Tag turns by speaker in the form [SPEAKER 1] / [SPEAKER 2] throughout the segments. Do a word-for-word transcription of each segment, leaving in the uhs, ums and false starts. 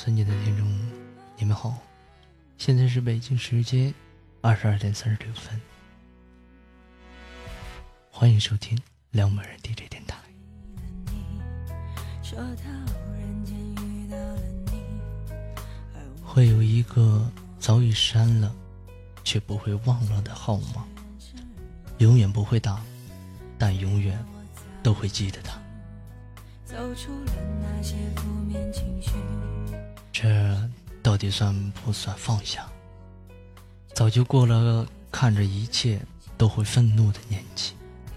[SPEAKER 1] 尊敬的听众，你们好，现在是北京时间二十二点三十六分，欢迎收听两美人 D J 电台。会有一个早已删了却不会忘了的号码，永远不会打，但永远都会记得它。这到底算不算放下？早就过了看着一切都会愤怒的年纪，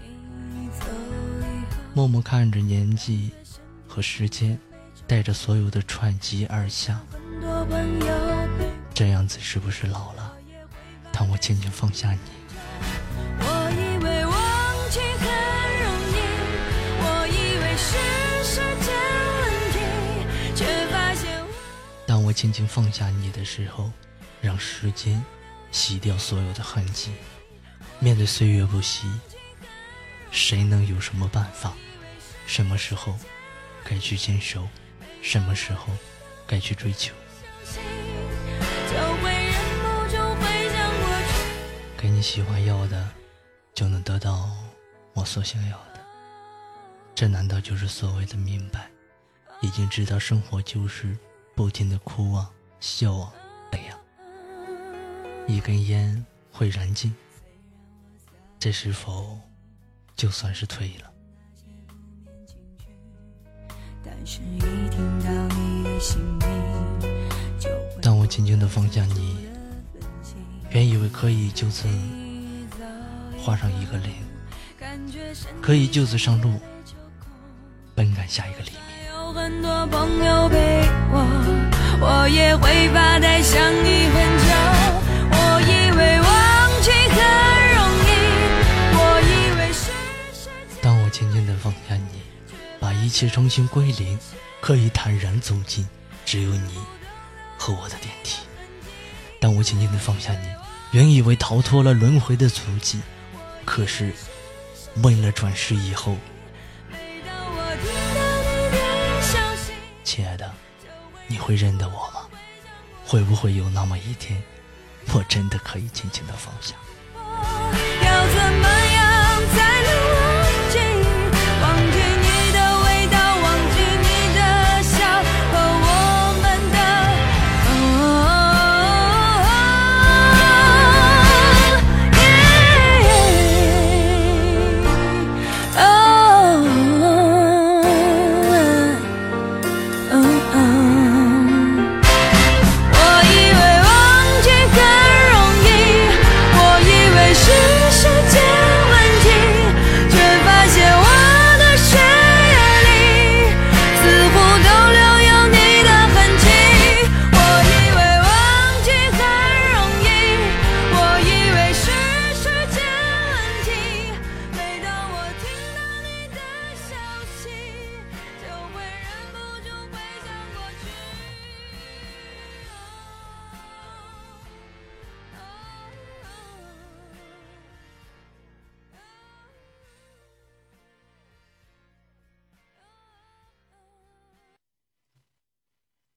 [SPEAKER 1] 默默看着年纪和时间带着所有的串击而下。这样子是不是老了？当我轻轻放下你，
[SPEAKER 2] 我以为忘记很容易，我以为是时间问题，却发现
[SPEAKER 1] 当我轻轻放下你的时候，让时间洗掉所有的痕迹。面对岁月不息，谁能有什么办法？什么时候该去坚守，什么时候该去追求。给你喜欢要的，就能得到我所想要的，这难道就是所谓的明白？已经知道生活就是不停的哭啊笑啊泪啊，一根烟会燃尽，这是否就算是退了？当我轻轻地放下你，原以为可以就此画上一个零，可以就此上路，奔赶下一个黎明。
[SPEAKER 2] 有很多朋友陪我，我也会发呆想你很久。我以为忘记很容易，我以为是时间。
[SPEAKER 1] 当我轻轻地放下你，把一切重新归零，可以坦然走进只有你和我的电梯。当我轻轻地放下你，原以为逃脱了轮回的足迹，可是问了转世以后，亲爱的，你会认得我吗？会不会有那么一天，我真的可以轻轻地放下？